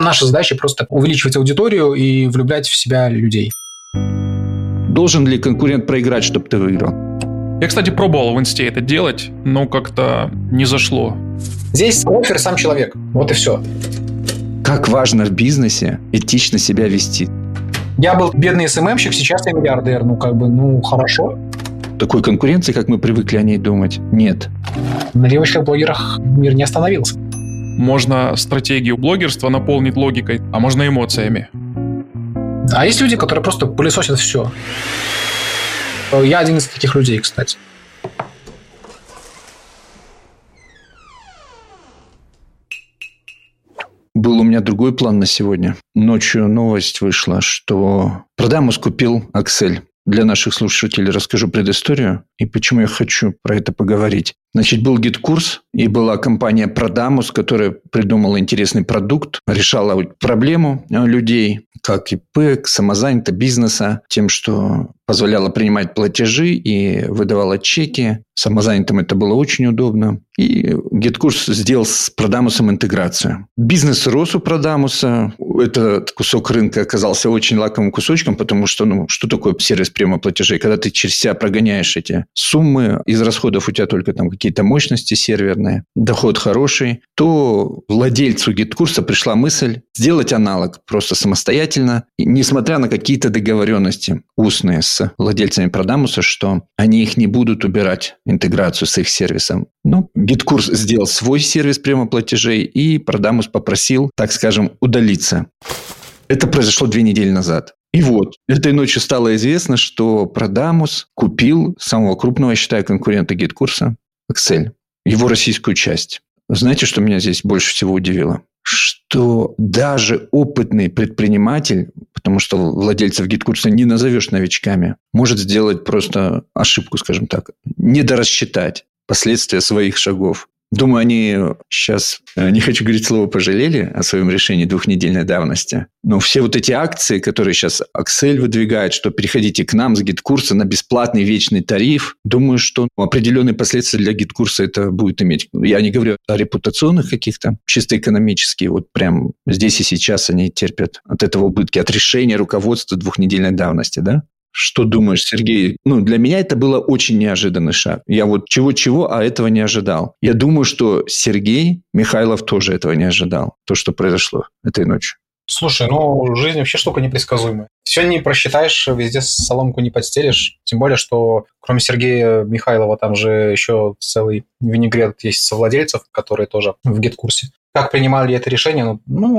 Наша задача просто увеличивать аудиторию и влюблять в себя людей. Должен ли конкурент проиграть, чтобы ты выиграл? Я, кстати, пробовал в инсте это делать, но как-то не зашло. Здесь оффер сам человек. Вот и все. Как важно в бизнесе этично себя вести. Я был бедный СММщик, сейчас я миллиардер. Хорошо. Такой конкуренции, как мы привыкли о ней думать, нет. На девочках-блогерах мир не остановился. Можно стратегию блогерства наполнить логикой, а можно эмоциями. А есть люди, которые просто пылесосят все. Я один из таких людей, кстати. Был у меня другой план на сегодня. Ночью новость вышла, что Продамус купил Аксель. Для наших слушателей расскажу предысторию и почему я хочу про это поговорить. Значит, был гид-курс, и была компания Продамус, которая придумала интересный продукт, решала проблему людей, как ИП, самозанятого бизнеса, тем, что позволяла принимать платежи и выдавала чеки. Самозанятым это было очень удобно. И гид-курс сделал с Продамусом интеграцию. Бизнес рос у Продамуса. Этот кусок рынка оказался очень лакомым кусочком, потому что, что такое сервис приема платежей? Когда ты через себя прогоняешь эти суммы, из расходов у тебя только там какие-то мощности серверные, доход хороший, то владельцу гид-курса пришла мысль сделать аналог просто самостоятельно, несмотря на какие-то договоренности устные с владельцами Продамуса, что они их не будут убирать, интеграцию с их сервисом. Но гид-курс сделал свой сервис приема платежей, и Продамус попросил, так скажем, удалиться. Это произошло 2 недели назад. И вот, этой ночью стало известно, что Продамус купил самого крупного, я считаю, конкурента гид-курса Аксель, его российскую часть. Знаете, что меня здесь больше всего удивило? Что даже опытный предприниматель, потому что владельцев гид-курса не назовешь новичками, может сделать просто ошибку, скажем так, недорассчитать последствия своих шагов. Думаю, они сейчас, не хочу говорить слово, пожалели о своем решении 2-недельной давности. Но все вот эти акции, которые сейчас Аксель выдвигает, что переходите к нам с гид-курса на бесплатный вечный тариф, думаю, что определенные последствия для гид-курса это будет иметь. Я не говорю о репутационных каких-то, чисто экономические. Вот прям здесь и сейчас они терпят от этого убытки, от решения руководства 2-недельной давности, да? Что думаешь, Сергей? Для меня это было очень неожиданный шаг. Я вот чего-чего, а этого не ожидал. Я думаю, что Сергей Михайлов тоже этого не ожидал. То, что произошло этой ночью. Слушай, жизнь вообще штука непредсказуемая. Все не просчитаешь, везде соломку не подстелишь. Тем более, что кроме Сергея Михайлова, там же еще целый винегрет есть совладельцев, которые тоже в гид-курсе. Как принимали это решение?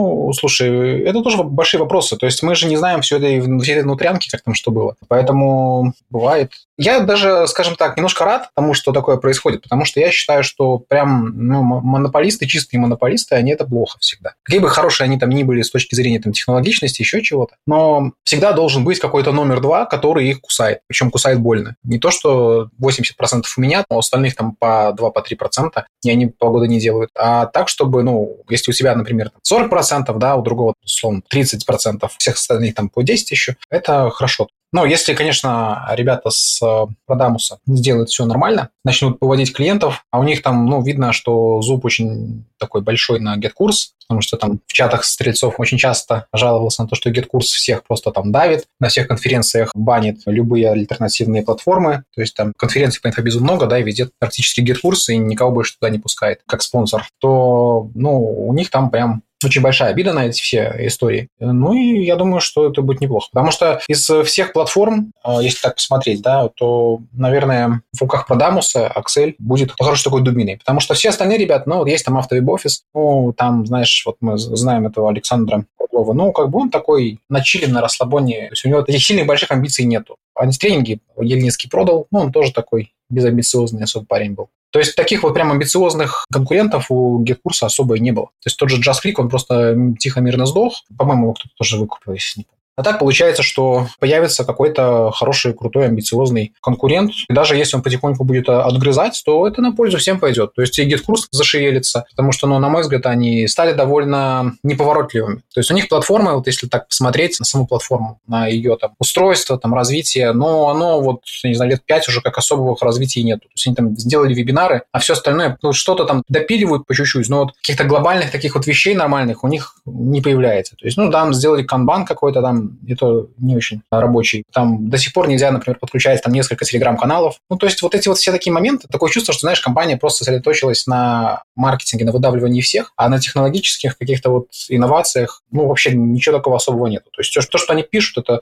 Слушай, это тоже большие вопросы. То есть мы же не знаем всей этой внутрянки, как там что было. Поэтому бывает. Я даже, скажем так, немножко рад тому, что такое происходит, потому что я считаю, что прям монополисты, чистые монополисты, они это плохо всегда. Какие бы хорошие они там ни были с точки зрения технологичности, еще чего-то, но всегда должен быть какой-то номер 2, который их кусает. Причем кусает больно. Не то, что 80% у меня, а у остальных там по 2-3%, и они полгода не делают. А так, чтобы, если у тебя, например, 40%, да, у другого, условно, 30%, всех остальных там по 10% еще, это хорошо. Но если, конечно, ребята с Продамуса сделают все нормально, начнут поводить клиентов, а у них там, видно, что зуб очень такой большой на гид-курс, потому что там в чатах стрельцов очень часто жаловался на то, что гид-курс всех просто там давит, на всех конференциях банит любые альтернативные платформы, то есть там конференций по инфобизу много, да, и везде практически гид-курс, и никого больше туда не пускает как спонсор, то, у них там прям очень большая обида на эти все истории. И я думаю, что это будет неплохо. Потому что из всех платформ, если так посмотреть, да, то, наверное, в руках Продамуса Аксель будет хорошей такой дубиной. Потому что все остальные ребята, есть там автовеб-офис, там, знаешь, вот мы знаем этого Александра Круглова, он такой на чиле, на расслабоне, то есть у него таких сильных больших амбиций нету. Антитренинги Ельницкий продал, он тоже такой безамбициозный особо парень был. То есть таких вот прям амбициозных конкурентов у гид-курса особо и не было. То есть тот же JustClick, он просто тихо-мирно сдох. По-моему, его кто-то тоже выкупил, если не помню. А так получается, что появится какой-то хороший, крутой, амбициозный конкурент. И даже если он потихоньку будет отгрызать, то это на пользу всем пойдет. То есть и GitKurs зашевелится, потому что, на мой взгляд, они стали довольно неповоротливыми. То есть у них платформа, вот если так посмотреть на саму платформу, на ее там устройство, там развитие, но оно вот, не знаю, лет 5 уже как особого развития нету. То есть они там сделали вебинары, а все остальное, что-то там допиливают по чуть-чуть, но вот каких-то глобальных таких вот вещей нормальных у них не появляется. То есть, там сделали канбан какой-то там, это не очень рабочий. Там до сих пор нельзя, например, подключать там несколько телеграм-каналов. То есть вот эти вот все такие моменты, такое чувство, что, знаешь, компания просто сосредоточилась на маркетинге, на выдавливании всех, а на технологических каких-то вот инновациях, вообще ничего такого особого нет. То есть то, что они пишут, это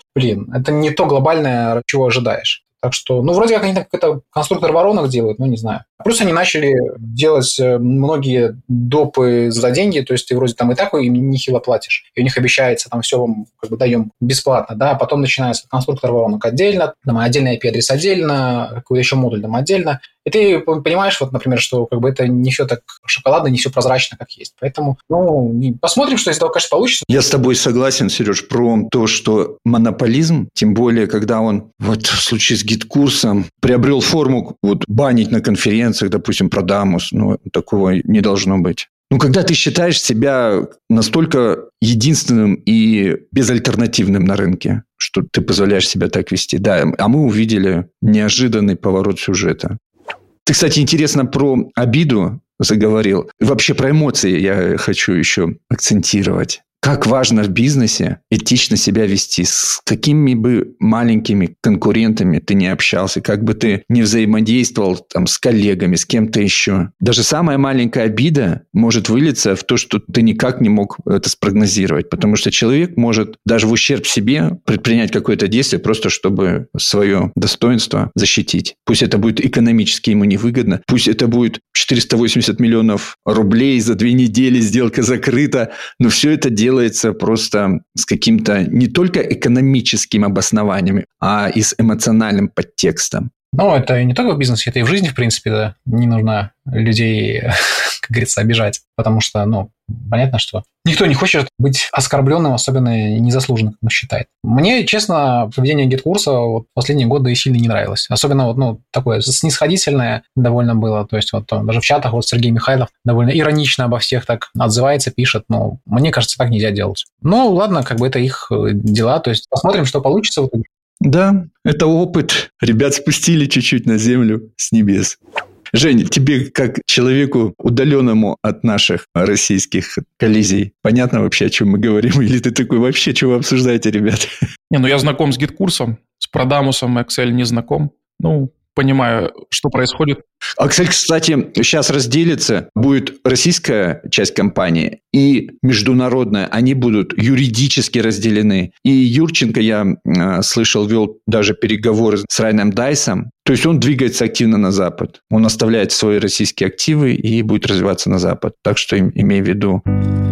не то глобальное, чего ожидаешь. Так что, вроде как они так какой-то конструктор воронок делают, не знаю. Плюс они начали делать многие допы за деньги, то есть ты вроде там и так им нехило платишь, и у них обещается, там все вам даем бесплатно, да, а потом начинается конструктор воронок отдельно, там отдельный IP-адрес отдельно, какой-то еще модуль там отдельно, и ты понимаешь, вот, например, что это не все так шоколадно, не все прозрачно, как есть. Поэтому, посмотрим, что из этого, конечно, получится. Я с тобой согласен, Сереж, про то, что монополизм, тем более, когда он, в случае с GitKurs, приобрел форму банить на конференциях, допустим, про Дамус, такого не должно быть. Когда ты считаешь себя настолько единственным и безальтернативным на рынке, что ты позволяешь себя так вести. Да, а мы увидели неожиданный поворот сюжета. Ты, кстати, интересно про обиду заговорил. Вообще про эмоции я хочу еще акцентировать. Как важно в бизнесе этично себя вести, с какими бы маленькими конкурентами ты не общался, как бы ты не взаимодействовал там, с коллегами, с кем-то еще. Даже самая маленькая обида может вылиться в то, что ты никак не мог это спрогнозировать, потому что человек может даже в ущерб себе предпринять какое-то действие, просто чтобы свое достоинство защитить. Пусть это будет экономически ему невыгодно, пусть это будет 480 миллионов рублей за 2 недели, сделка закрыта, но все это делается просто с каким-то не только экономическим обоснованием, а и с эмоциональным подтекстом. Это и не только в бизнесе, это и в жизни, в принципе, да. Не нужно людей, как говорится, обижать, потому что, понятно, что никто не хочет быть оскорбленным, особенно незаслуженно, как он считает. Мне, честно, поведение GitKurs последние годы сильно не нравилось. Особенно такое снисходительное довольно было. То есть даже в чатах Сергей Михайлов довольно иронично обо всех так отзывается, пишет. Мне кажется, так нельзя делать. Ладно, это их дела. То есть посмотрим, что получится в итоге. Да, это опыт. Ребят спустили чуть-чуть на землю с небес. Жень, тебе, как человеку, удаленному от наших российских коллизий, понятно вообще, о чем мы говорим? Или ты такой, вообще, что вы обсуждаете, ребят? Я знаком с GitKurs, с Продамусом, Excel не знаком. Понимаю, что происходит. Excel, кстати, сейчас разделится. Будет российская часть компании и международная. Они будут юридически разделены. И Юрченко, я слышал, вел даже переговоры с Райаном Дайсом. То есть он двигается активно на Запад. Он оставляет свои российские активы и будет развиваться на Запад. Так что имей в виду.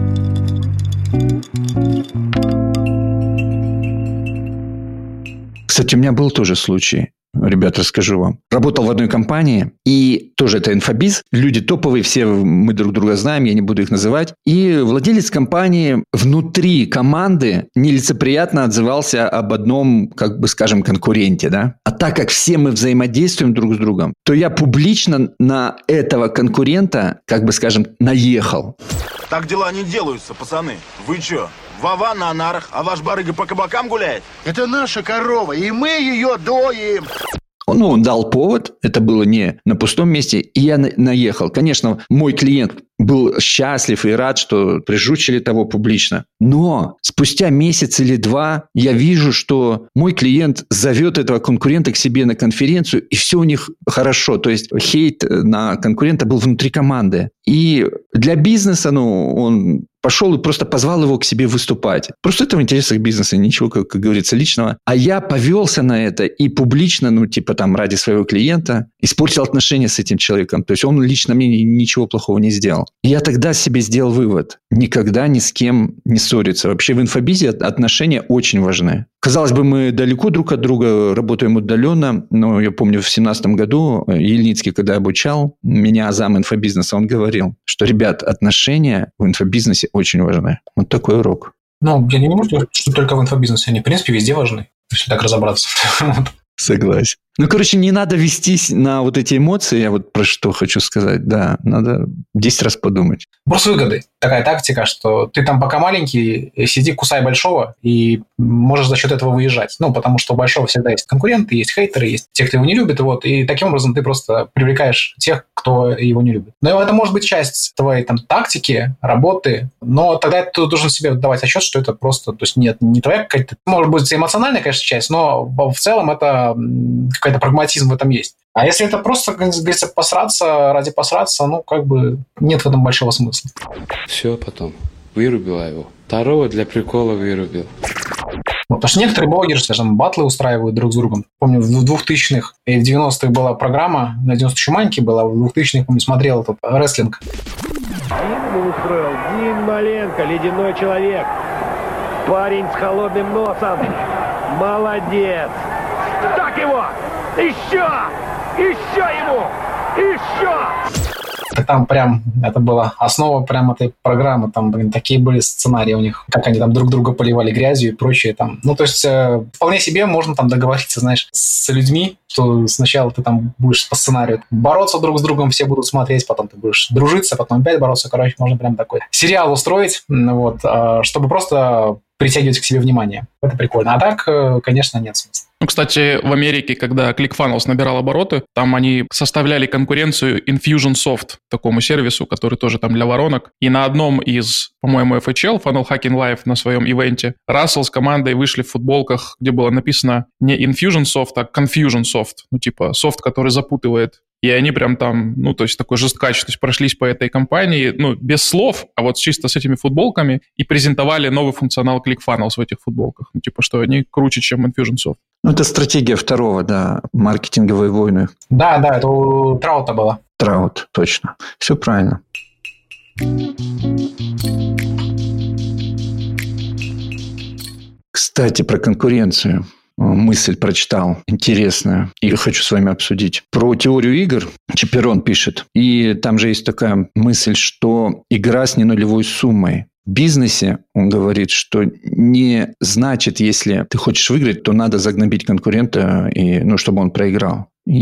Кстати, у меня был тоже случай. Ребят, расскажу вам. Работал в одной компании, и тоже это инфобиз. Люди топовые, все мы друг друга знаем, я не буду их называть. И владелец компании внутри команды нелицеприятно отзывался об одном, скажем, конкуренте, да? А так как все мы взаимодействуем друг с другом, то я публично на этого конкурента, скажем, наехал. Так дела не делаются, пацаны. Вы что? Вова на нарах, а ваш барыга по кабакам гуляет? Это наша корова, и мы ее доим. Он дал повод, это было не на пустом месте, и я наехал. Конечно, мой клиент был счастлив и рад, что прижучили того публично. Но спустя месяц или 2 я вижу, что мой клиент зовет этого конкурента к себе на конференцию, и все у них хорошо. То есть хейт на конкурента был внутри команды. И для бизнеса, он пошел и просто позвал его к себе выступать. Просто это в интересах бизнеса, ничего, как говорится, личного. А я повелся на это и публично, ради своего клиента испортил отношения с этим человеком. То есть он лично мне ничего плохого не сделал. И я тогда себе сделал вывод. Никогда ни с кем не ссориться. Вообще в инфобизе отношения очень важны. Казалось бы, мы далеко друг от друга, работаем удаленно, но я помню, в 2017 году Ельницкий, когда обучал меня зам инфобизнеса, он говорил, что, ребят, отношения в инфобизнесе очень важны. Вот такой урок. Ну, я не могу сказать, что только в инфобизнесе. Они, в принципе, везде важны, если так разобраться. Согласен. Ну, короче, не надо вестись на вот эти эмоции. Я вот про что хочу сказать. Да, надо 10 раз подумать. Просто выгоды. Такая тактика, что ты там пока маленький, сиди, кусай большого, и можешь за счет этого выезжать. Ну, потому что у большого всегда есть конкуренты, есть хейтеры, есть те, кто его не любит. Вот, и таким образом ты просто привлекаешь тех, кто его не любит. Но это может быть часть твоей там тактики, работы, но тогда ты должен себе давать отчет, что это просто, то есть нет, не твоя какая-то, может быть, эмоциональная, конечно, часть, но в целом это какой-то прагматизм в этом есть. А если это просто, как говорится, посраться ради посраться, ну, как бы нет в этом большого смысла. Все потом. Вырубила его. Второго для прикола вырубил. Потому что некоторые блогеры, скажем, батлы устраивают друг с другом. Помню, в 2000-х и в 90-х была программа, на 90-х еще маленький была, в 2000-х, помню, смотрел этот рестлинг. Дин устроил. Дин Маленко, ледяной человек. Парень с холодным носом. Молодец. Так его! Еще! Еще ему! Еще! Там прям, это была основа прям этой программы, там, блин, такие были сценарии у них, как они там друг друга поливали грязью и прочее там. Ну, то есть, вполне себе можно там договориться, знаешь, с людьми, что сначала ты там будешь по сценарию бороться друг с другом, все будут смотреть, потом ты будешь дружиться, потом опять бороться, короче, можно прям такой сериал устроить, вот, чтобы просто притягивать к себе внимание. Это прикольно. А так, конечно, нет смысла. Ну, кстати, в Америке, когда ClickFunnels набирал обороты, там они составляли конкуренцию Infusionsoft, такому сервису, который тоже там для воронок. И на одном из, по-моему, FHL, Funnel Hacking Live, на своем ивенте, Рассел с командой вышли в футболках, где было написано не Infusionsoft, а Confusionsoft. Ну, типа, софт, который запутывает. И они прям там, ну, то есть такой жесткач, то есть прошлись по этой компании, ну, без слов, а вот чисто с этими футболками и презентовали новый функционал ClickFunnels в этих футболках. Ну, типа, что они круче, чем Infusionsoft. Ну, это стратегия второго, да, маркетинговые войны. Да, это у Траута было. Траут, точно. Все правильно. Кстати, про конкуренцию. Мысль прочитал интересную и хочу с вами обсудить. Про теорию игр Чаперон пишет. И там же есть такая мысль, что игра с ненулевой суммой. В бизнесе он говорит, что не значит, если ты хочешь выиграть, то надо загнобить конкурента, и, ну, чтобы он проиграл.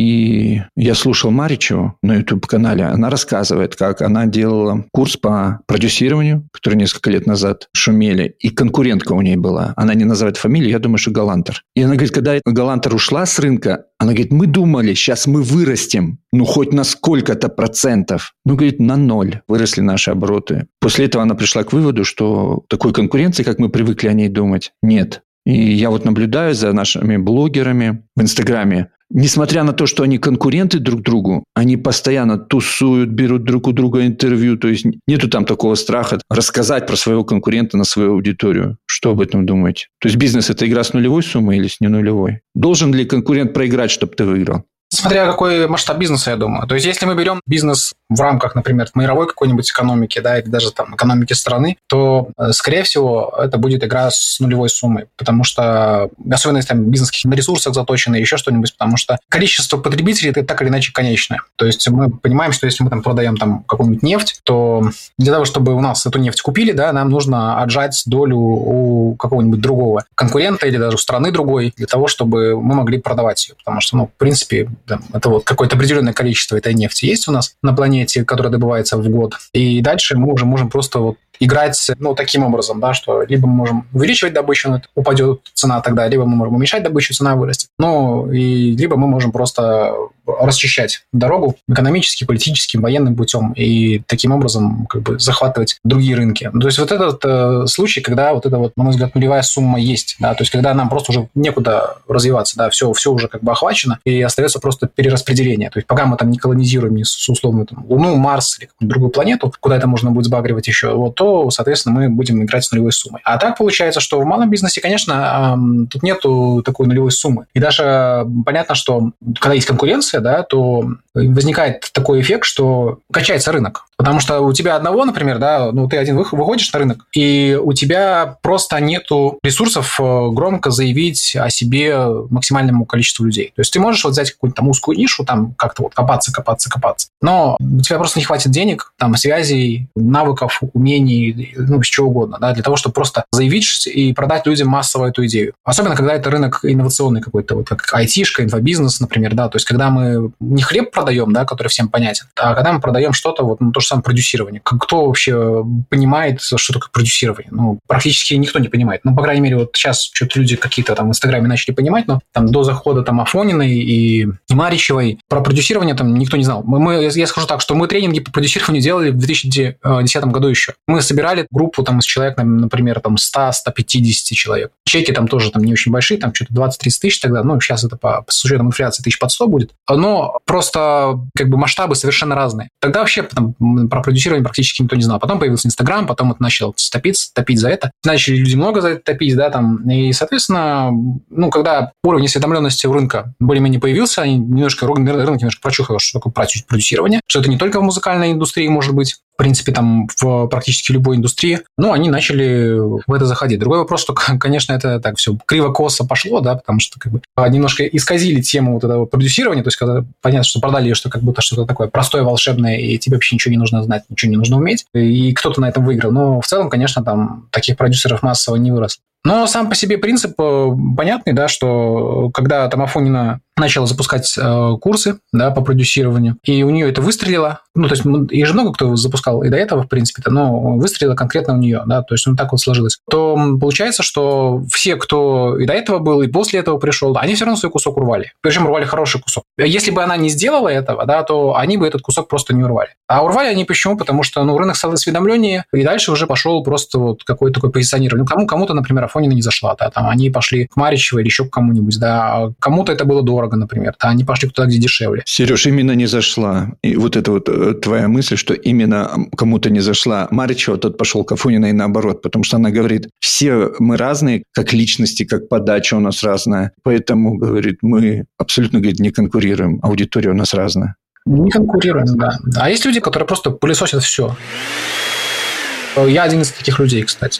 И я слушал Маричеву на YouTube-канале. Она рассказывает, как она делала курс по продюсированию, который несколько лет назад шумели. И конкурентка у ней была. Она не называет фамилию, я думаю, что Галантер. И она говорит, когда Галантер ушла с рынка, она говорит, мы думали, сейчас мы вырастем, ну, хоть на сколько-то процентов. Ну, говорит, на 0 выросли наши обороты. После этого она пришла к выводу, что такой конкуренции, как мы привыкли о ней думать, нет. И я вот наблюдаю за нашими блогерами в Инстаграме. Несмотря на то, что они конкуренты друг другу, они постоянно тусуют, берут друг у друга интервью. То есть нету там такого страха рассказать про своего конкурента на свою аудиторию. Что об этом думаете? То есть бизнес – это игра с нулевой суммой или с не нулевой? Должен ли конкурент проиграть, чтобы ты выиграл? Смотря какой масштаб бизнеса, я думаю. То есть, если мы берем бизнес в рамках, например, мировой какой-нибудь экономики, да, или даже там экономики страны, то, скорее всего, это будет игра с нулевой суммой, потому что, особенно если там бизнес на ресурсах заточен или еще что-нибудь, потому что количество потребителей это так или иначе конечное. То есть, мы понимаем, что если мы там продаем там какую-нибудь нефть, то для того, чтобы у нас эту нефть купили, да, нам нужно отжать долю у какого-нибудь другого конкурента или даже у страны другой для того, чтобы мы могли продавать ее, потому что, ну, в принципе, да, это вот какое-то определенное количество этой нефти есть у нас на планете, которая добывается в год. И дальше мы уже можем просто вот играть, ну, таким образом, да, что либо мы можем увеличивать добычу, упадет цена тогда, либо мы можем уменьшать добычу, цена вырастет. Ну, и либо мы можем просто расчищать дорогу экономически, политическим, военным путем и таким образом как бы захватывать другие рынки. То есть вот этот случай, когда вот эта вот, на мой взгляд, нулевая сумма есть, да, то есть когда нам просто уже некуда развиваться, да, все уже как бы охвачено, и остается просто перераспределение. То есть пока мы там не колонизируем ни условно там, Луну, Марс или какую-то другую планету, куда это можно будет сбагривать еще, вот, то, соответственно, мы будем играть с нулевой суммой. А так получается, что в малом бизнесе, конечно, тут нету такой нулевой суммы. И даже понятно, что когда есть конкуренция, да, то возникает такой эффект, что качается рынок. Потому что у тебя одного, например, да, ну, ты один выходишь на рынок, и у тебя просто нету ресурсов громко заявить о себе максимальному количеству людей. То есть ты можешь вот взять какую-то там узкую нишу, там как-то вот копаться, но у тебя просто не хватит денег, там, связей, навыков, умений, ну, с чего угодно, да, для того, чтобы просто заявить и продать людям массово эту идею. Особенно, когда это рынок инновационный какой-то, вот как айтишка, инфобизнес, например, да, то есть когда мы не хлеб продаем, да, который всем понятен, а когда мы продаем что-то, вот, ну, то же самое продюсирование. Кто вообще понимает, что такое продюсирование? Ну, практически никто не понимает. Ну, по крайней мере, вот сейчас что-то люди какие-то там в Инстаграме начали понимать, но там до захода там Афониной и Маричевой про продюсирование там никто не знал. Я скажу так, что мы тренинги по продюсированию делали в 2010 году еще. Мы собирали группу там из человек, например, там 100-150 человек. Чеки там тоже там не очень большие, там что-то 20-30 тысяч тогда, ну, сейчас это с учетом инфляции 1100 будет, но просто как бы масштабы совершенно разные. Тогда вообще там, про продюсирование практически никто не знал. Потом появился Инстаграм, потом это начал топить за это. Начали люди много за это топить, да, там, и, соответственно, ну, когда уровень осведомленности у рынка более-менее появился, рынок немножко прочухал, что такое продюсирование, что это не только в музыкальной индустрии может быть, в принципе, там, в практически любой индустрии, ну, они начали в это заходить. Другой вопрос, что, конечно, это так все криво-косо пошло, да, потому что как бы немножко исказили тему вот этого продюсирования, то есть когда понятно, что продали ее, что как будто что-то такое простое, волшебное, и тебе вообще ничего не нужно знать, ничего не нужно уметь, и кто-то на этом выиграл. Но в целом, конечно, там таких продюсеров массово не выросло. Но сам по себе принцип понятный, да, что когда там Афонина начала запускать курсы, да, по продюсированию, и у нее это выстрелило, ну, то есть и же много кто запускал и до этого, в принципе-то, но выстрелило конкретно у нее, да, то есть так вот сложилось, то получается, что все, кто и до этого был, и после этого пришел, они все равно свой кусок урвали, причем урвали хороший кусок. Если бы она не сделала этого, да, то они бы этот кусок просто не урвали. А урвали они почему? Потому что, ну, рынок стал осведомленнее, и дальше уже пошел просто вот какое-то такое позиционирование. Ну, кому-то, например, Афонина не зашла, да, там они пошли к Маричевой или еще к кому-нибудь, да, а кому-то это было дорого, например, да, они пошли туда, где дешевле. Сереж, именно не зашла. И вот это вот твоя мысль, что именно кому-то не зашла Маричева, тот пошел к Афониной наоборот, потому что она говорит, все мы разные, как личности, как подача у нас разная, поэтому, говорит, мы абсолютно, говорит, не конкурируем, аудитория у нас разная. Не конкурируем, да. А есть люди, которые просто пылесосят все. Я один из таких людей, кстати.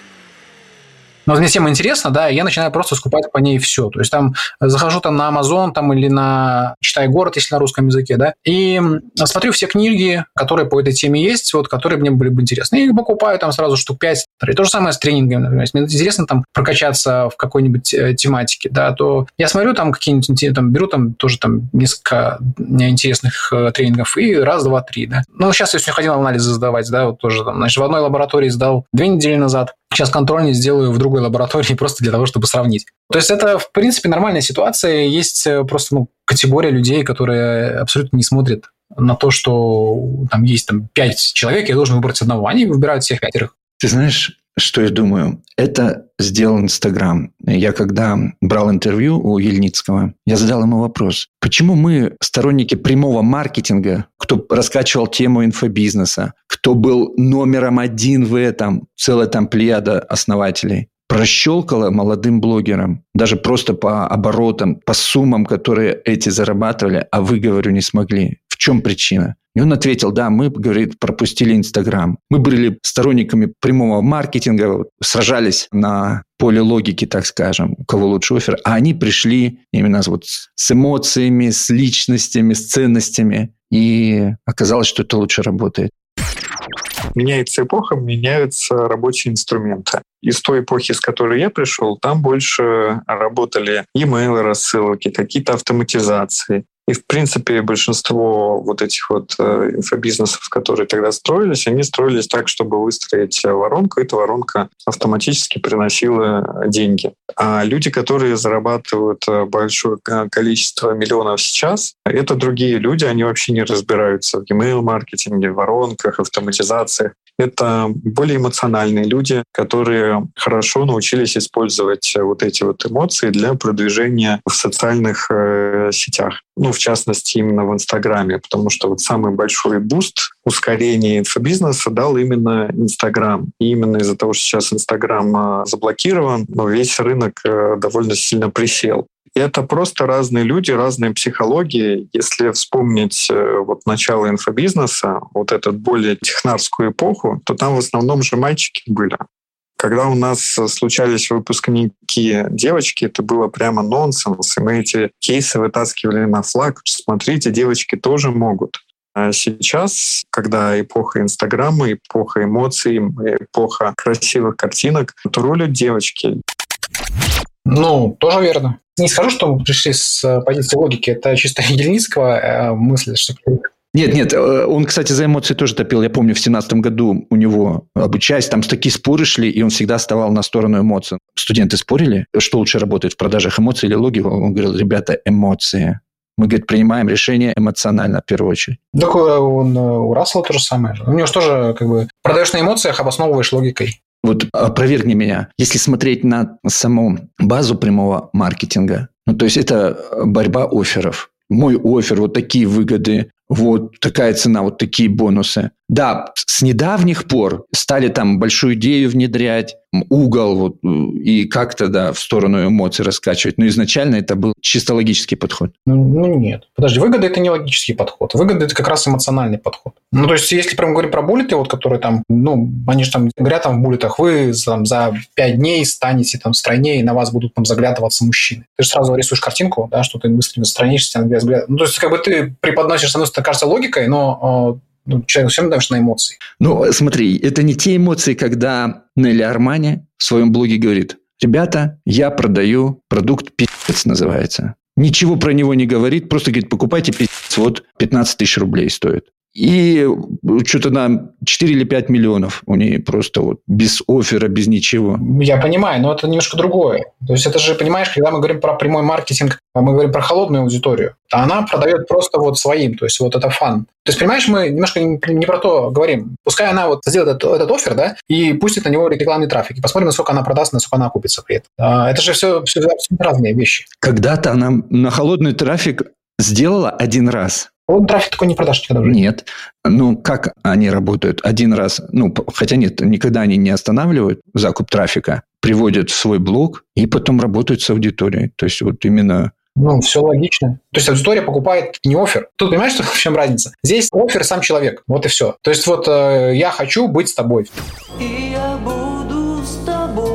Но мне тема интересна, да, и я начинаю просто скупать по ней все. То есть там захожу там на Amazon там, или на «Читай город», если на русском языке, да, и смотрю все книги, которые по этой теме есть, вот, которые мне были бы интересны. И покупаю там сразу штук 5. И то же самое с тренингами, например. Если мне интересно там прокачаться в какой-нибудь тематике, да, то я смотрю там какие-нибудь, там, беру там тоже там несколько интересных тренингов и раз, два, три, да. Ну, сейчас я сегодня ходил анализы сдавать, да, вот тоже там, значит, в одной лаборатории сдал 2 недели назад. Сейчас контрольный сделаю в другой лаборатории просто для того, чтобы сравнить. То есть это, в принципе, нормальная ситуация. Есть просто категория людей, которые абсолютно не смотрят на то, что там есть там 5 человек, я должен выбрать одного. Они выбирают всех 5. Ты знаешь, что я думаю? Это сделал Инстаграм. Я когда брал интервью у Ельницкого, я задал ему вопрос. Почему мы, сторонники прямого маркетинга, кто раскачивал тему инфобизнеса, кто был номером 1 в этом, целая там плеяда основателей, прощелкала молодым блогерам, даже просто по оборотам, по суммам, которые эти зарабатывали, а вы, говорю, не смогли. В чем причина? И он ответил, да, мы, говорит, пропустили Инстаграм. Мы были сторонниками прямого маркетинга, сражались на поле логики, так скажем, у кого лучше оффер, а они пришли именно вот с эмоциями, с личностями, с ценностями, и оказалось, что это лучше работает. Меняется эпоха, меняются рабочие инструменты. Из той эпохи, с которой я пришел, там больше работали e-mail рассылки, какие-то автоматизации. И, в принципе, большинство вот этих вот инфобизнесов, которые тогда строились, они строились так, чтобы выстроить воронку, и эта воронка автоматически приносила деньги. А люди, которые зарабатывают большое количество миллионов сейчас, это другие люди, они вообще не разбираются в email-маркетинге, воронках, автоматизациях. Это более эмоциональные люди, которые хорошо научились использовать вот эти вот эмоции для продвижения в социальных сетях. Ну, в частности, именно в Инстаграме, потому что вот самый большой буст ускорения инфобизнеса дал именно Инстаграм. И именно из-за того, что сейчас Инстаграм заблокирован, но весь рынок довольно сильно присел. И это просто разные люди, разные психологии. Если вспомнить вот начало инфобизнеса, вот эту более технарскую эпоху, то там в основном же мальчики были. Когда у нас случались выпускники девочки, это было прямо нонсенс, и мы эти кейсы вытаскивали на флаг. Смотрите, девочки тоже могут. А сейчас, когда эпоха Инстаграма, эпоха эмоций, эпоха красивых картинок, то рулят девочки. Ну, тоже верно. Не скажу, что мы пришли с позиции логики. Это чисто ельницкого мысль, что... Нет, он, кстати, за эмоции тоже топил. Я помню, в 2017 году у него, обучаясь, там такие споры шли, и он всегда вставал на сторону эмоций. Студенты спорили, что лучше работает в продажах, эмоции или логика. Он говорил, ребята, эмоции. Мы, говорит, принимаем решение эмоционально, в первую очередь. Так у Рассела то же самое. У него же тоже, как бы, продаешь на эмоциях, обосновываешь логикой. Вот опровергни меня. Если смотреть на саму базу прямого маркетинга, ну, то есть это борьба офферов. Мой оффер, вот такие выгоды, вот такая цена, вот такие бонусы. Да, с недавних пор стали там большую идею внедрять, угол вот, и как-то, да, в сторону эмоций раскачивать. Но изначально это был чисто логический подход. Ну нет. Подожди, выгода – это не логический подход. Выгода – это как раз эмоциональный подход. Ну, то есть, если прям говорить про буллеты, вот, которые там, ну, они же там говорят там в буллетах, вы там, за 5 дней станете там стройнее, и на вас будут там заглядываться мужчины. Ты же сразу рисуешь картинку, да, что ты быстрее страничишься, на взгляд. Ну, то есть, как бы ты преподносишь, с одной стороны, кажется, логикой, но человек все равно даешь на эмоции. Ну, смотри, это не те эмоции, когда Нелли Армани в своем блоге говорит, ребята, я продаю продукт пиздец называется. Ничего про него не говорит, просто говорит, покупайте пиздец, вот 15 тысяч рублей стоит. И что-то на 4 или 5 миллионов у нее просто вот без оффера, без ничего. Я понимаю, но это немножко другое. То есть это же, понимаешь, когда мы говорим про прямой маркетинг, мы говорим про холодную аудиторию, а она продает просто вот своим, то есть вот это фан. То есть, понимаешь, мы немножко не про то говорим. Пускай она вот сделает этот оффер, да, и пустит на него рекламный трафик, и посмотрим, насколько она продаст, насколько она окупится при этом. Это же все абсолютно разные вещи. Когда-то она на холодный трафик сделала один раз. Он трафик такой не продашь никогда уже. Нет. Ну, как они работают? Один раз, ну, хотя нет, никогда они не останавливают закуп трафика, приводят в свой блог и потом работают с аудиторией. То есть, вот именно... Ну, все логично. То есть, аудитория покупает не оффер. Тут понимаешь, в чем разница? Здесь оффер сам человек. Вот и все. То есть, вот я хочу быть с тобой. И я буду с тобой.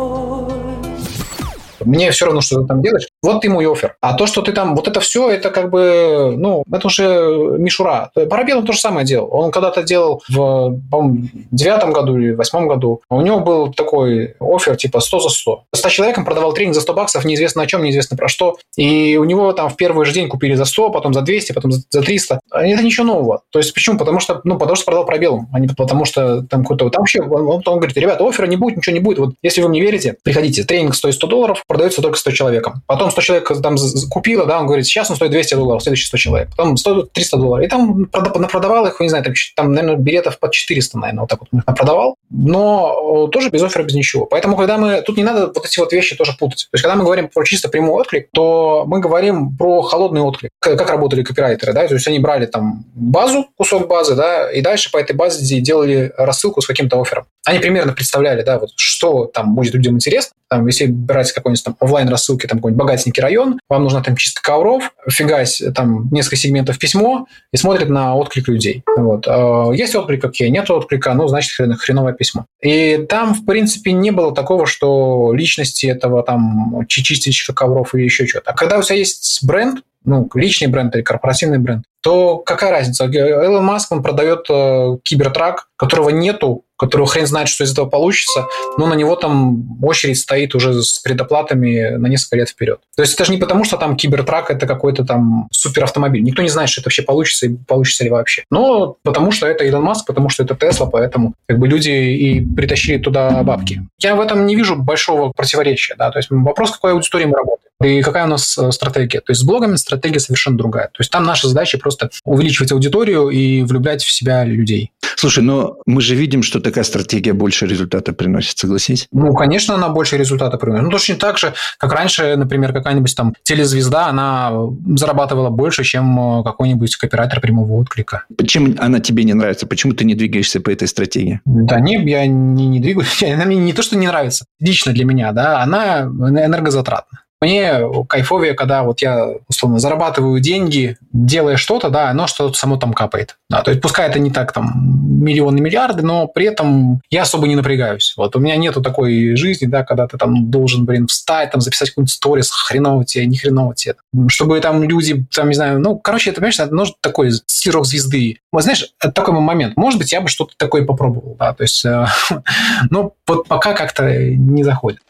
Мне все равно, что ты там делаешь. Вот ты мой оффер. А то, что ты там, вот это все, это как бы, ну, это уже мишура. Парабеллум то же самое делал. Он когда-то делал в, по-моему, 9 году или 8 году. У него был такой оффер типа 100 за 100. 100 человекам продавал тренинг за $100, неизвестно о чем, неизвестно про что. И у него там в первый же день купили за 100, потом за 200, потом за 300. Это ничего нового. То есть почему? Потому что продал Парабеллум, а не потому что там какой-то... Там вообще он говорит, ребята, оффера не будет, ничего не будет. Вот если вы мне верите, приходите. Тренинг стоит $100, продается только 100 человекам. Потом 100 человек там купило, да, он говорит, сейчас он стоит $200, следующие 100 человек. Потом стоит $300. И там продавал их, не знаю, там, наверное, билетов под 400, наверное, вот так вот продавал. Но тоже без оффера, без ничего. Поэтому, когда мы... Тут не надо вот эти вот вещи тоже путать. То есть, когда мы говорим про чисто прямой отклик, то мы говорим про холодный отклик. Как работали копирайтеры, да? То есть, они брали там базу, кусок базы, да, и дальше по этой базе делали рассылку с каким-то оффером. Они примерно представляли, да, вот что там будет людям интересно. Там, если брать какой-нибудь там офлайн-рассылки, там какой-нибудь богатенький район, вам нужна там чистка ковров, фигась там несколько сегментов письмо и смотрит на отклик людей. Вот. Есть отклик, окей, нет отклика, ну, значит, хреновое письмо. И там, в принципе, не было такого, что личности этого там чистильщика ковров или еще что-то. А когда у тебя есть бренд, ну, личный бренд или корпоративный бренд, то какая разница? Илон Маск, он продает кибертрак, которого нету, которого хрен знает, что из этого получится, но на него там очередь стоит уже с предоплатами на несколько лет вперед. То есть это же не потому, что там кибертрак – это какой-то там суперавтомобиль. Никто не знает, что это вообще получится и получится ли вообще. Но потому что это Илон Маск, потому что это Тесла, поэтому как бы люди и притащили туда бабки. Я в этом не вижу большого противоречия. Да? То есть вопрос, какой аудитории мы работаем. И какая у нас стратегия? То есть с блогами стратегия совершенно другая. То есть там наша задача просто увеличивать аудиторию и влюблять в себя людей. Слушай, но мы же видим, что такая стратегия больше результата приносит, согласись? Ну, конечно, она больше результата приносит. Ну, точно так же, как раньше, например, какая-нибудь там телезвезда, она зарабатывала больше, чем какой-нибудь копирайтер прямого отклика. Почему она тебе не нравится? Почему ты не двигаешься по этой стратегии? Да нет, я не двигаюсь. Она мне не то, что не нравится, лично для меня, да, она энергозатратна. Мне кайфовее, когда вот я, условно, зарабатываю деньги, делая что-то, да, оно что-то само там капает. Да, то есть пускай это не так там миллионы, миллиарды, но при этом я особо не напрягаюсь. Вот у меня нету такой жизни, да, когда ты там должен, встать, там, записать какую-нибудь сторис, хреново тебе, не хреново тебе. Чтобы там люди, там, не знаю, это, понимаешь, нужен такой рок звезды. Вот знаешь, это такой момент. Может быть, я бы что-то такое попробовал, да, то есть, но вот пока как-то не заходит.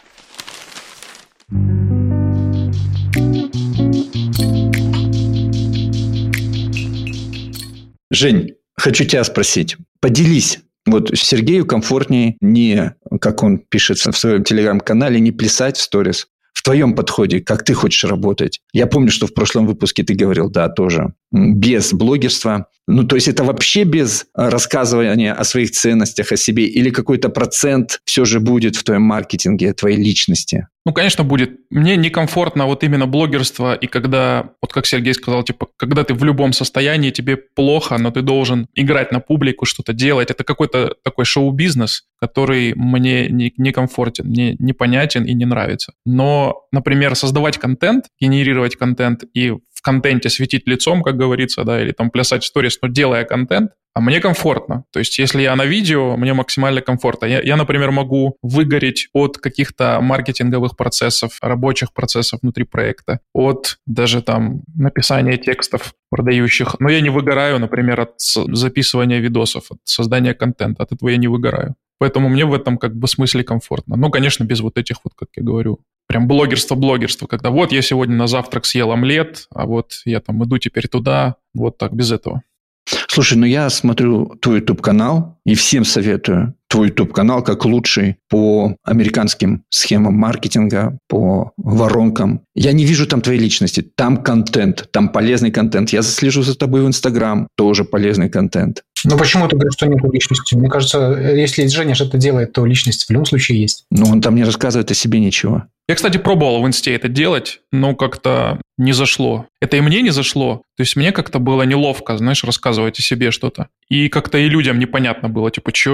Жень, хочу тебя спросить. Поделись. Вот Сергею комфортнее не, как он пишет в своем телеграм-канале, не плясать в сторис. В твоем подходе, как ты хочешь работать? Я помню, что в прошлом выпуске ты говорил, да, тоже, без блогерства. То есть это вообще без рассказывания о своих ценностях, о себе? Или какой-то процент все же будет в твоем маркетинге, твоей личности? Конечно, будет. Мне некомфортно вот именно блогерство, и когда, вот как Сергей сказал, когда ты в любом состоянии, тебе плохо, но ты должен играть на публику, что-то делать. Это какой-то такой шоу-бизнес, который мне некомфортен, мне непонятен и не нравится. Но, например, создавать контент, генерировать контент и в контенте светить лицом, как говорится, да, или там плясать в сторис, но делая контент, а мне комфортно. То есть, если я на видео, мне максимально комфортно. Я, например, могу выгореть от каких-то маркетинговых процессов, рабочих процессов внутри проекта, от даже там написания текстов продающих. Но я не выгораю, например, от записывания видосов, от создания контента. От этого я не выгораю. Поэтому мне в этом смысле комфортно. Конечно, без вот этих как я говорю, прям блогерство, когда вот я сегодня на завтрак съел омлет, а вот я там иду теперь туда, вот так, без этого. Слушай, я смотрю твой YouTube-канал и всем советую твой YouTube-канал как лучший по американским схемам маркетинга, по воронкам. Я не вижу там твоей личности. Там контент, там полезный контент. Я слежу за тобой в Instagram, тоже полезный контент. Почему ты говоришь, что нет личности? Мне кажется, если Женя что-то делает, то личность в любом случае есть. Он там не рассказывает о себе ничего. Я, кстати, пробовал в Инсте это делать, но как-то не зашло. Это и мне не зашло. То есть мне как-то было неловко, рассказывать о себе что-то. И как-то и людям непонятно было,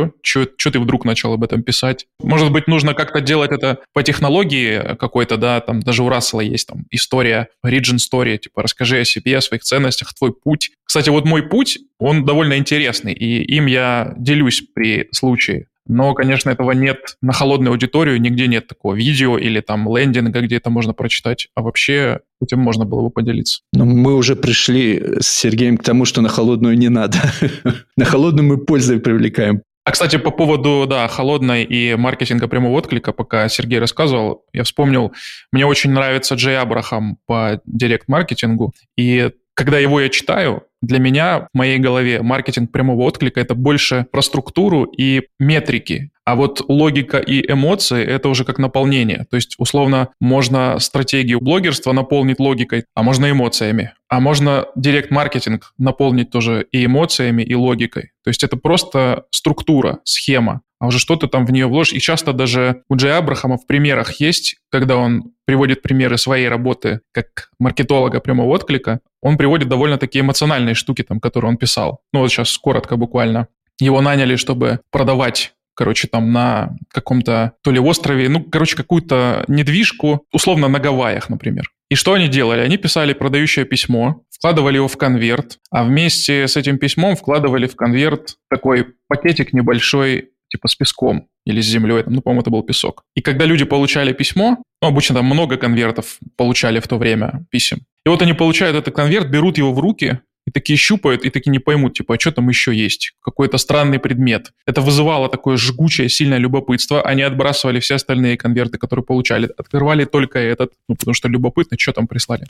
что ты вдруг начал об этом писать. Может быть, нужно как-то делать это по технологии какой-то, да, там даже у Рассела есть там история, origin story, расскажи о себе, о своих ценностях, твой путь. Кстати, вот мой путь, он довольно интересный, и им я делюсь при случае. Но, конечно, этого нет на холодную аудиторию, нигде нет такого видео или там лендинга, где это можно прочитать. А вообще этим можно было бы поделиться. Мы уже пришли с Сергеем к тому, что на холодную не надо. На холодную мы пользой привлекаем. А, кстати, по поводу, холодной и маркетинга прямого отклика, пока Сергей рассказывал, я вспомнил, мне очень нравится Джей Абрахам по директ-маркетингу, и когда его я читаю, для меня в моей голове маркетинг прямого отклика – это больше про структуру и метрики. А вот логика и эмоции – это уже как наполнение. То есть, условно, можно стратегию блогерства наполнить логикой, а можно эмоциями. А можно директ-маркетинг наполнить тоже и эмоциями, и логикой. То есть, это просто структура, схема. А уже что ты там в нее вложишь. И часто даже у Джея Абрахама в примерах есть, когда он приводит примеры своей работы как маркетолога прямого отклика, он приводит довольно такие эмоциональные штуки, там, которые он писал. Вот сейчас коротко буквально. Его наняли, чтобы продавать там на каком-то то ли острове, какую-то недвижку, условно на Гавайях, например. И что они делали? Они писали продающее письмо, вкладывали его в конверт, а вместе с этим письмом вкладывали в конверт такой пакетик небольшой, с песком или с землей, по-моему, это был песок. И когда люди получали письмо, обычно там много конвертов получали в то время писем, и вот они получают этот конверт, берут его в руки, и такие щупают, и такие не поймут, а что там еще есть? Какой-то странный предмет. Это вызывало такое жгучее, сильное любопытство. Они отбрасывали все остальные конверты, которые получали. Открывали только этот, потому что любопытно, что там прислали.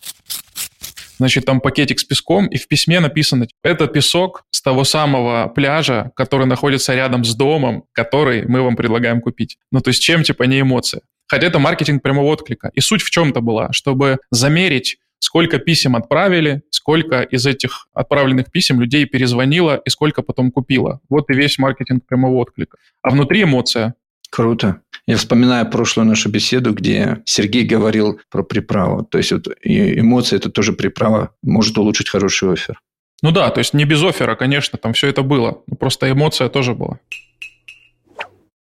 Значит, там пакетик с песком, и в письме написано: это песок с того самого пляжа, который находится рядом с домом, который мы вам предлагаем купить. То есть чем, не эмоция. Хотя это маркетинг прямого отклика. И суть в чем-то была, чтобы замерить, сколько писем отправили, сколько из этих отправленных писем людей перезвонило и сколько потом купило. Вот и весь маркетинг прямого отклика. А внутри эмоция. Круто. Я вспоминаю прошлую нашу беседу, где Сергей говорил про приправу. То есть эмоции – это тоже приправа, может улучшить хороший оффер. То есть не без оффера, конечно, там все это было. Просто эмоция тоже была.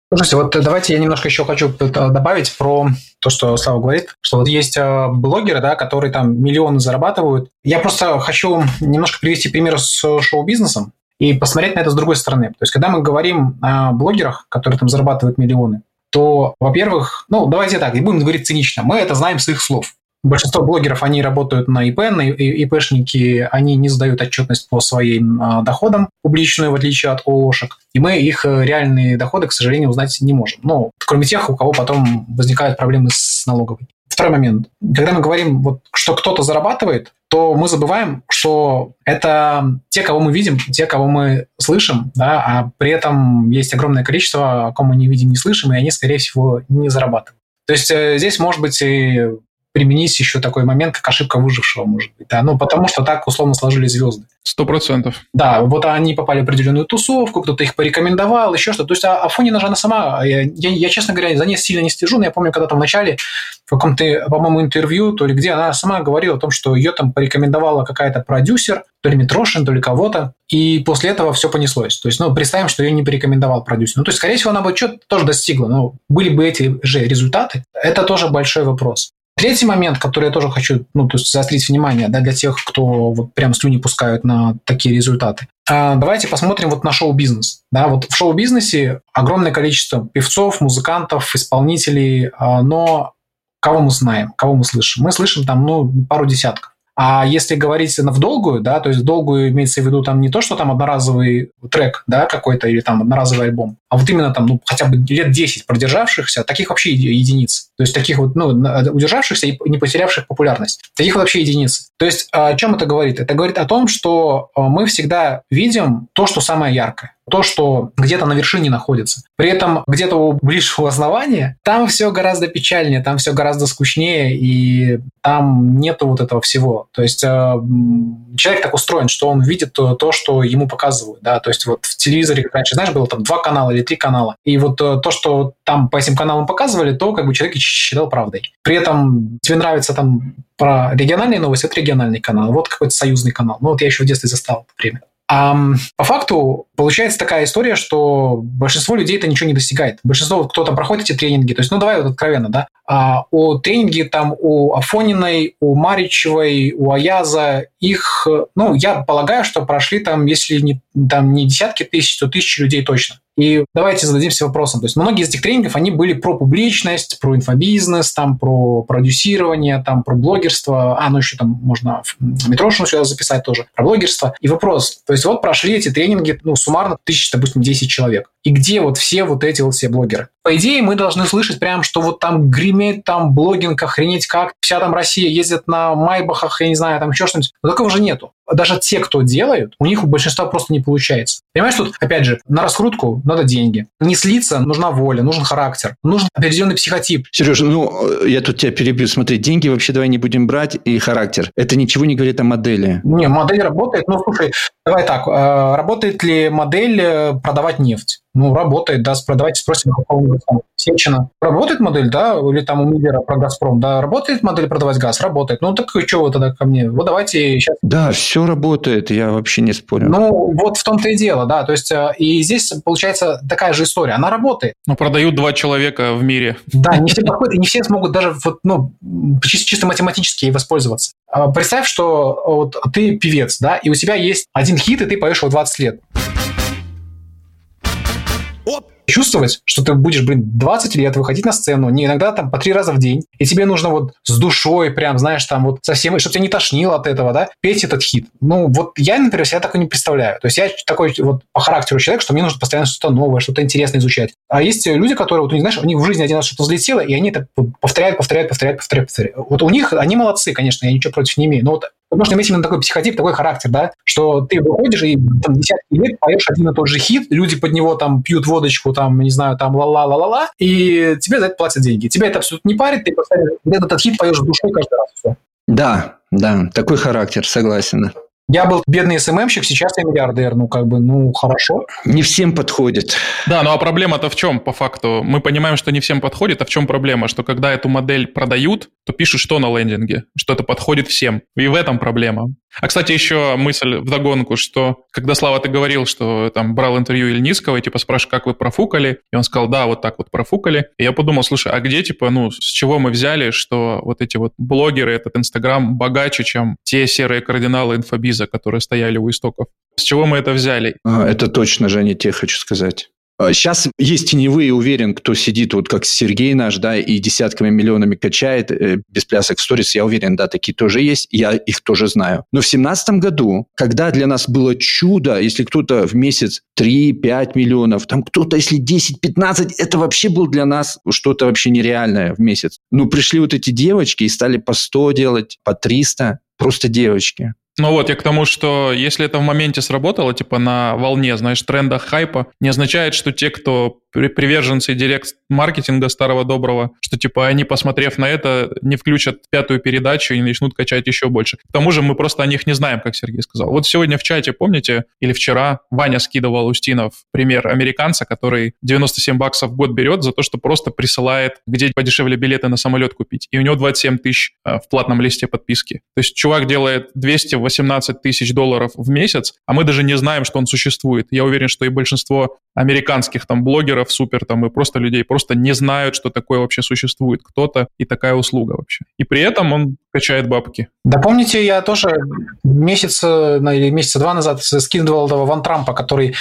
Слушайте, вот давайте я немножко еще хочу добавить про то, что Слава говорит, что вот есть блогеры, да, которые там миллионы зарабатывают. Я просто хочу немножко привести пример с шоу-бизнесом и посмотреть на это с другой стороны. То есть, когда мы говорим о блогерах, которые там зарабатывают миллионы, то, во-первых, давайте так, не будем говорить цинично, мы это знаем с их слов. Большинство блогеров, они работают на ИП, ИПшники, они не сдают отчетность по своим доходам публичную, в отличие от ООшек, и мы их реальные доходы, к сожалению, узнать не можем. Кроме тех, у кого потом возникают проблемы с налоговой. Второй момент. Когда мы говорим, что кто-то зарабатывает, то мы забываем, что это те, кого мы видим, те, кого мы слышим, да, а при этом есть огромное количество, кого мы не видим, не слышим, и они, скорее всего, не зарабатывают. То есть здесь, может быть, и применить еще такой момент, как ошибка выжившего, может быть. Да? Потому что так условно сложились звезды. 100%. Да, вот они попали в определенную тусовку, кто-то их порекомендовал, еще что-то. То есть Афонина же она сама, я, честно говоря, за ней сильно не слежу, но я помню, когда там в начале в каком-то, по-моему, интервью, то ли где, она сама говорила о том, что ее там порекомендовала какая-то продюсер, то ли Митрошин, то ли кого-то, и после этого все понеслось. То есть, представим, что ее не порекомендовал продюсер. То есть, скорее всего, она бы что-то тоже достигла, но были бы эти же результаты, это тоже большой вопрос. Третий момент, который я тоже хочу заострить внимание, да, для тех, кто вот прям слюни пускают на такие результаты. Давайте посмотрим вот на шоу-бизнес. Да, вот в шоу-бизнесе огромное количество певцов, музыкантов, исполнителей, но кого мы знаем, кого мы слышим? Мы слышим там пару десятков. А если говорить в долгую, да, то есть в долгую имеется в виду там не то, что там одноразовый трек, да, какой-то или там одноразовый альбом, а вот именно там хотя бы лет 10 продержавшихся, таких вообще единиц. То есть таких вот удержавшихся и не потерявших популярность. Таких вообще единиц. То есть о чем это говорит? Это говорит о том, что мы всегда видим то, что самое яркое. То, что где-то на вершине находится. При этом где-то у ближнего основания там все гораздо печальнее, там все гораздо скучнее, и там нету вот этого всего. То есть человек так устроен, что он видит то, что ему показывают. Да? То есть вот в телевизоре, как раньше, знаешь, было там 2 канала или 3 канала. И вот то, что там по этим каналам показывали, то как бы человек считал правдой. При этом тебе нравится там про региональные новости, это региональный канал. Вот какой-то союзный канал. Вот я еще в детстве застал это время. А по факту получается такая история, что большинство людей-то ничего не достигает. Большинство, кто там проходит эти тренинги, то есть, давай вот откровенно, да, у тренинги там у Афониной, у Маричевой, у Аяза, их, я полагаю, что прошли там, если не десятки тысяч, то тысячи людей точно. И давайте зададимся вопросом. То есть многие из этих тренингов, они были про публичность, про инфобизнес, там, про продюсирование, там, про блогерство. Еще там можно Митрошину сюда записать тоже, про блогерство. И вопрос. То есть вот прошли эти тренинги, суммарно 1000, человек. И где вот все все блогеры? По идее, мы должны слышать прям, что вот там греметь, там блогинг, охренеть как. Вся там Россия ездит на майбахах, я не знаю, там еще что-нибудь. Но такого же нету. Даже те, кто делают, у них у большинства просто не получается. Понимаешь, тут, опять же, на раскрутку надо деньги. Не слиться, нужна воля, нужен характер, нужен определенный психотип. Сереж, я тут тебя перебью. Смотри, деньги вообще давай не будем брать, и характер. Это ничего не говорит о модели. Не, модель работает. Слушай, давай так. Работает ли модель продавать нефть? Работает, да, давайте спросим какого-нибудь Сечина. Работает модель, да, или там у Миллера про Газпром, да, работает модель продавать газ? Работает. Так что вы тогда ко мне? Вот давайте сейчас... Да, все работает, я вообще не спорю. Вот в том-то и дело, да, то есть и здесь получается такая же история, она работает. Продают 2 человека в мире. Да, не все подходят, и не все смогут даже чисто математически ей воспользоваться. Представь, что вот ты певец, да, и у тебя есть один хит, и ты поешь его 20 лет. Чувствовать, что ты будешь, 20 лет выходить на сцену, не иногда там по 3 раза в день, и тебе нужно вот с душой прям, знаешь, там вот совсем, чтобы тебя не тошнило от этого, да, петь этот хит. Вот я, например, себя такое не представляю. То есть я такой вот по характеру человек, что мне нужно постоянно что-то новое, что-то интересное изучать. А есть люди, которые, вот, знаешь, у них в жизни один раз что-то взлетело, и они это повторяют. Вот у них, они молодцы, конечно, я ничего против не имею, но вот можно иметь именно такой психотип, такой характер, да, что ты выходишь и там десятки лет поешь один и тот же хит, люди под него там пьют водочку, там, не знаю, там ла-ла-ла-ла-ла, и тебе за это платят деньги. Тебя это абсолютно не парит, ты постоянно этот хит поешь душой каждый раз. Все. Да, такой характер, согласен. Я был бедный СММщик, сейчас я миллиардер. Хорошо. Не всем подходит. Да, а проблема-то в чем, по факту? Мы понимаем, что не всем подходит, а в чем проблема? Что когда эту модель продают, то пишут что на лендинге, что это подходит всем. И в этом проблема. А, кстати, еще мысль вдогонку, что когда, Слава, ты говорил, что там брал интервью Ильницкого и типа спрашиваешь, как вы профукали, и он сказал, да, вот так вот профукали. И я подумал, слушай, а где типа, с чего мы взяли, что вот эти вот блогеры, этот Инстаграм богаче, чем те серые кардиналы инфобиза, которые стояли у истоков? С чего мы это взяли? Это точно, Женя, тебе хочу сказать. Сейчас есть теневые, уверен, кто сидит, вот как Сергей наш, да, и десятками миллионами качает без плясок сторис, я уверен, да, такие тоже есть, я их тоже знаю. Но в 2017 году, когда для нас было чудо, если кто-то в месяц 3-5 миллионов, там кто-то, если 10-15, это вообще было для нас что-то вообще нереальное в месяц. Но пришли вот эти девочки и стали по 100 делать, по 300, просто девочки. Ну вот, я к тому, что если это в моменте сработало, типа на волне, знаешь, тренда хайпа, не означает, что те, кто приверженцы директ-маркетинга старого доброго, что типа они, посмотрев на это, не включат 5-ю передачу и начнут качать еще больше. К тому же мы просто о них не знаем, как Сергей сказал. Вот сегодня в чате, помните, или вчера Ваня скидывал Устинов пример американца, который $97 в год берет за то, что просто присылает, где подешевле билеты на самолет купить. И у него 27 тысяч в платном листе подписки. То есть чувак делает $218 тысяч в месяц, а мы даже не знаем, что он существует. Я уверен, что и большинство американских там блогеров, супер там и просто людей просто не знают, что такое вообще существует кто-то и такая услуга вообще. И при этом он качает бабки. Да помните, я тоже месяца 2 назад скидывал этого Ван Трампа, который...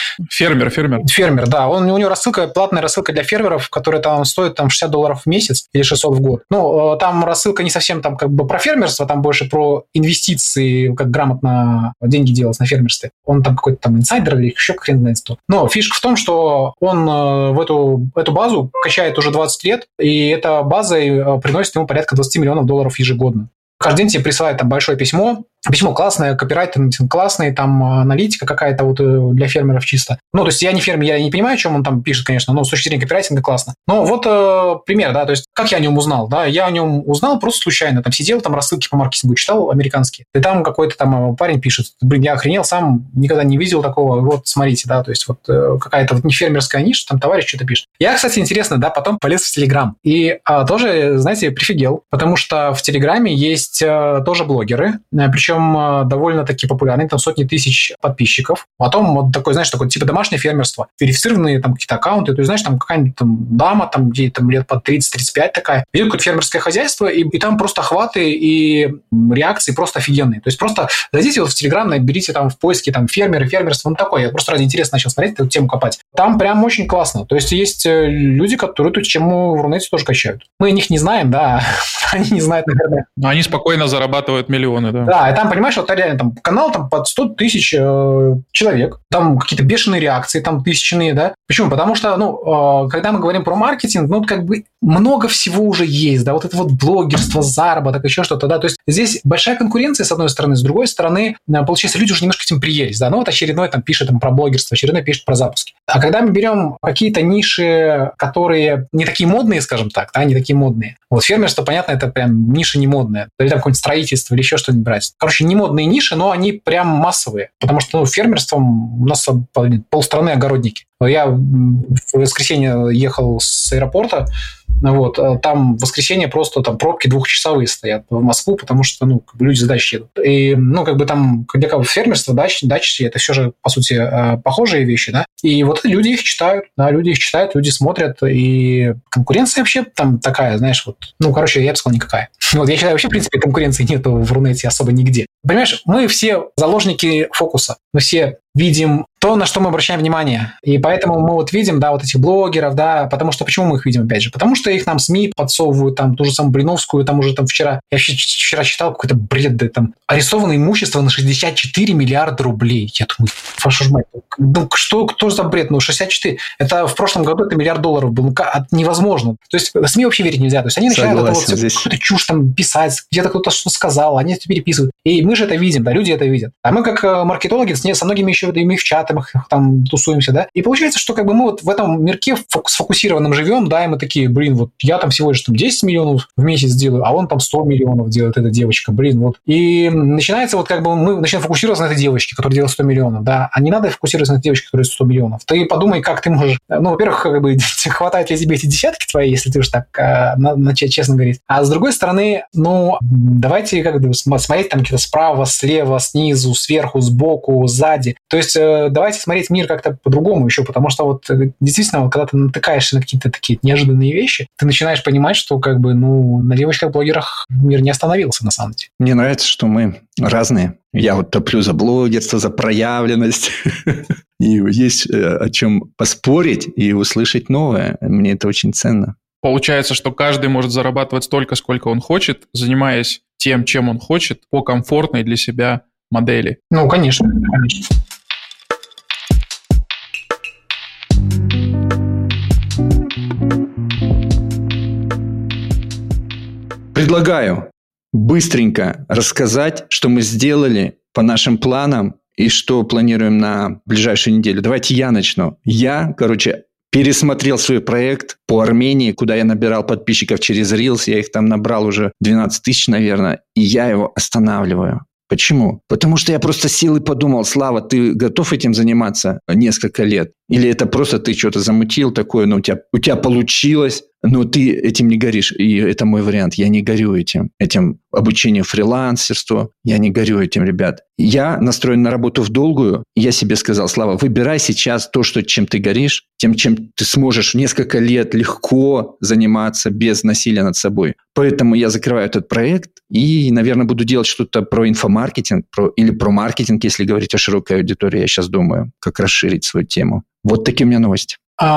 Фермер, да. У него платная рассылка для фермеров, которая там стоит там, $60 в месяц или 600 в год. Ну, там рассылка не совсем там как бы про фермерство, там больше про инвестиции, как грамотно деньги делать на фермерстве. Он там какой-то там инсайдер или еще хрен знает что. Но фишка в том, что он в эту базу качает уже 20 лет, и эта база приносит ему порядка $20 миллионов ежегодно. Каждый день тебе присылают там большое письмо. Письмо классное, копирайтинг классный, там аналитика какая-то вот для фермеров чисто. Ну, то есть я не фермер, я не понимаю, о чем он там пишет, конечно, но с точки зрения копирайтинга классно. Но вот пример, да, то есть как я о нем узнал, да, я о нем узнал просто случайно, там сидел, там рассылки по маркетингу читал американские, и там какой-то там парень пишет, блин, я охренел, сам никогда не видел такого, вот смотрите, да, то есть вот какая-то вот не фермерская ниша, там товарищ что-то пишет. Я, кстати, интересно, да, потом полез в Телеграм и тоже, знаете, прифигел, потому что в Телеграме есть тоже блогеры, причем довольно-таки популярные, там сотни тысяч подписчиков. Потом вот такой, знаешь, такой типа домашнее фермерство. Верифицированные там какие-то аккаунты. То есть, знаешь, там какая-нибудь там дама, там ей там лет под 30-35 такая, ведет какое-то фермерское хозяйство, и там просто охваты и реакции просто офигенные. То есть просто зайдите вот в Телеграм, наберите там в поиске там фермеры, фермерство, такое. Я просто ради интереса начал смотреть эту тему копать. Там прям очень классно. То есть есть люди, которые эту тему в Рунете тоже качают. Мы о них не знаем, да, они не знают, наверное. Но они спокойно зарабатывают миллионы, да. Да, и там, понимаешь, вот реально там канал там под 100 тысяч человек, там какие-то бешеные реакции, там тысячные, да. Почему? Потому что, когда мы говорим про маркетинг, как бы много всего уже есть, да, вот это вот блогерство, заработок, еще что-то, да, то есть здесь большая конкуренция, с одной стороны, с другой стороны, получается, люди уже немножко этим приелись, да, вот очередной там пишет там про блогерство, очередной пишет про запуски. А когда мы берем какие-то ниши, которые не такие модные, скажем так, да, не такие модные, вот фермерство, понятно, это прям ниша не модная, или там какое-нибудь строительство, или еще что-нибудь брать. Короче, не модные ниши, но они прям массовые, потому что фермерством у нас полстраны огородники. Я в воскресенье ехал с аэропорта, вот, там в воскресенье просто там пробки 2-часовые стоят в Москву, потому что, люди с дач едут. И, там, где фермерство, дачи, это все же, по сути, похожие вещи, да, и вот люди их читают, люди смотрят, и конкуренция вообще там такая, знаешь, вот, я бы сказал, никакая. Вот, я считаю, вообще, в принципе, конкуренции нету в Рунете особо нигде. Понимаешь, мы все заложники фокуса, мы все видим то, на что мы обращаем внимание. И поэтому мы вот видим, да, вот этих блогеров, да, потому что почему мы их видим, опять же? Потому что их нам СМИ подсовывают, там, ту же самую Блиновскую, там уже там вчера, я вчера читал какой-то бред, да, там, арестовано имущество на 64 миллиарда рублей. Я думаю, вашу ж мать, кто за бред? 64. Это в прошлом году это $1 миллиард был. Невозможно. То есть СМИ вообще верить нельзя. То есть они начинают какую-то чушь там писать, где-то кто-то что сказал, они это переписывают. И мы же это видим, да, люди это видят. А мы как маркетологи со многими еще ими в чат зарабатываем, там тусуемся, да. И получается, что как бы мы вот в этом мирке сфокусированном живем, да, и мы такие, блин, вот я там всего лишь там 10 миллионов в месяц делаю, а он там 100 миллионов делает, эта девочка, блин, вот. И начинается вот как бы мы начинаем фокусироваться на этой девочке, которая делает 100 миллионов, да, а не надо фокусироваться на этой девочке, которая делает 100 миллионов. Ты подумай, как ты можешь, ну, во-первых, как бы хватает ли тебе эти десятки твои, если ты уж так начать честно говорить. А с другой стороны, ну, давайте как бы смотреть там какие-то справа, слева, снизу, сверху, сбоку, сзади. То есть давайте смотреть мир как-то по-другому еще, потому что вот действительно, вот, когда ты натыкаешься на какие-то такие неожиданные вещи, ты начинаешь понимать, что как бы, ну, на девочках-блогерах мир не остановился на самом деле. Мне нравится, что мы разные. Я вот топлю за блогерство, за проявленность. И есть о чем поспорить и услышать новое. Мне это очень ценно. Получается, что каждый может зарабатывать столько, сколько он хочет, занимаясь тем, чем он хочет, по комфортной для себя модели. Ну, конечно, конечно. Предлагаю быстренько рассказать, что мы сделали по нашим планам и что планируем на ближайшую неделю. Давайте я начну. Я, пересмотрел свой проект по Армении, куда я набирал подписчиков через Reels. Я их там набрал уже 12 тысяч, наверное, и я его останавливаю. Почему? Потому что я просто сел и подумал, Слава, ты готов этим заниматься несколько лет? Или это просто ты что-то замутил такое, но у тебя получилось, но ты этим не горишь. И это мой вариант. Я не горю этим обучением фрилансерству. Я не горю этим, ребят. Я настроен на работу в долгую. И я себе сказал, Слава, выбирай сейчас то, чем ты горишь, тем, чем ты сможешь несколько лет легко заниматься без насилия над собой. Поэтому я закрываю этот проект и, наверное, буду делать что-то про инфомаркетинг или про маркетинг, если говорить о широкой аудитории. Я сейчас думаю, как расширить свою тему. Вот такие у меня новости.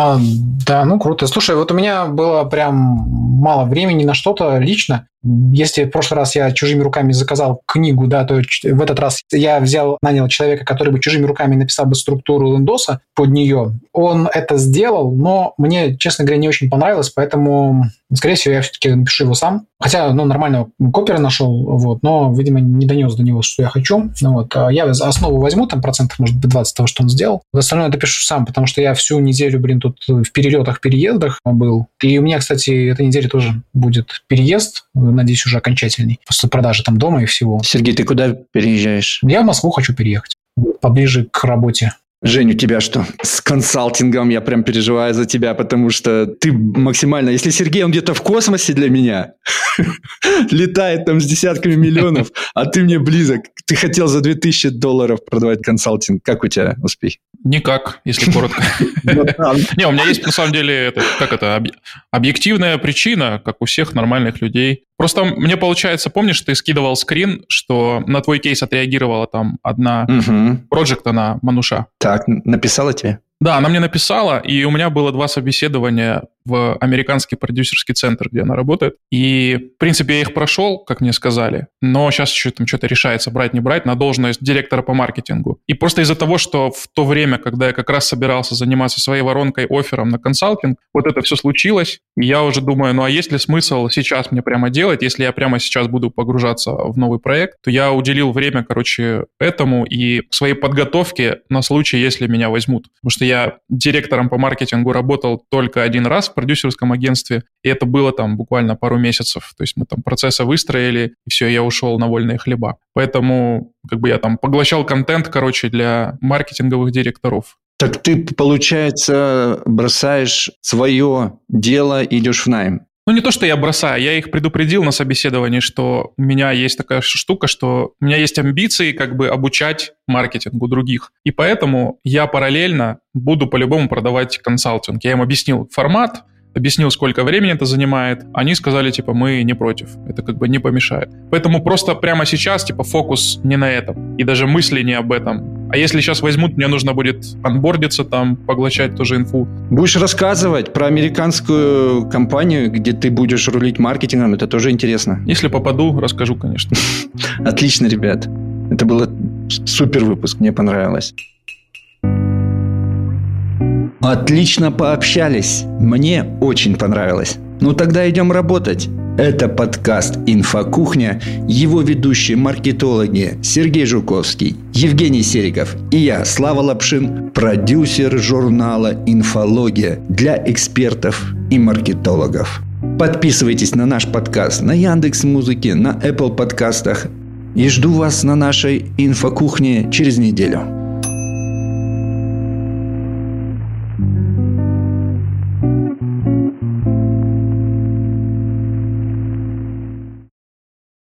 Да, ну круто. Слушай, вот у меня было прям мало времени на что-то лично. Если в прошлый раз я чужими руками заказал книгу, да, то в этот раз я нанял человека, который бы чужими руками написал бы структуру лендоса под нее. Он это сделал, но мне, честно говоря, не очень понравилось, поэтому, скорее всего, я все-таки напишу его сам. Хотя, нормального копера нашел, но, видимо, не донес до него, что я хочу. Я основу возьму, там, процентов, может быть, 20 того, что он сделал. Остальное допишу сам, потому что я всю неделю, тут в переездах был. И у меня, кстати, этой неделе тоже будет переезд, надеюсь, уже окончательный, после продажи там дома и всего. Сергей, ты куда переезжаешь? Я в Москву хочу переехать, поближе к работе. Жень, у тебя что? С консалтингом я прям переживаю за тебя, потому что ты максимально... Если Сергей, он где-то в космосе для меня, летает там с десятками миллионов, а ты мне близок. Ты хотел за $2000 продавать консалтинг. Как у тебя успехи? Никак, если коротко. Не, у меня есть, на самом деле, объективная причина, как у всех нормальных людей. Просто мне, получается, помнишь, ты скидывал скрин, что на твой кейс отреагировала там одна проджект, она Мануша. Так, написала тебе? Да, она мне написала, и у меня было 2 собеседования в американский продюсерский центр, где она работает. И, в принципе, я их прошел, как мне сказали, но сейчас еще там что-то решается, брать, не брать, на должность директора по маркетингу. И просто из-за того, что в то время, когда я как раз собирался заниматься своей воронкой, оффером на консалтинг, вот это все случилось, и я уже думаю, а есть ли смысл сейчас мне прямо делать, если я прямо сейчас буду погружаться в новый проект, то я уделил время, этому и своей подготовке на случай, если меня возьмут. Потому что я директором по маркетингу работал только один раз в продюсерском агентстве, и это было там буквально пару месяцев. То есть мы там процессы выстроили, и все, я ушел на вольные хлеба. Поэтому я там поглощал контент, для маркетинговых директоров. Так ты, получается, бросаешь свое дело и идешь в найм? Не то, что я бросаю, я их предупредил на собеседовании, что у меня есть такая штука, что у меня есть амбиции обучать маркетингу других. И поэтому я параллельно буду по-любому продавать консалтинг. Я им объяснил формат, объяснил, сколько времени это занимает. Они сказали, мы не против. Это не помешает. Поэтому просто прямо сейчас, фокус не на этом. И даже мысли не об этом. А если сейчас возьмут, мне нужно будет онбордиться там, поглощать тоже инфу. Будешь рассказывать про американскую компанию, где ты будешь рулить маркетингом. Это тоже интересно. Если попаду, расскажу, конечно. Отлично, ребят. Это был супер выпуск. Мне понравилось. Отлично пообщались. Мне очень понравилось. Тогда идем работать. Это подкаст «Инфокухня», его ведущие маркетологи Сергей Жуковский, Евгений Сериков и я, Слава Лапшин, продюсер журнала «Инфология» для экспертов и маркетологов. Подписывайтесь на наш подкаст на Яндекс.Музыке, на Apple подкастах. И жду вас на нашей «Инфокухне» через неделю.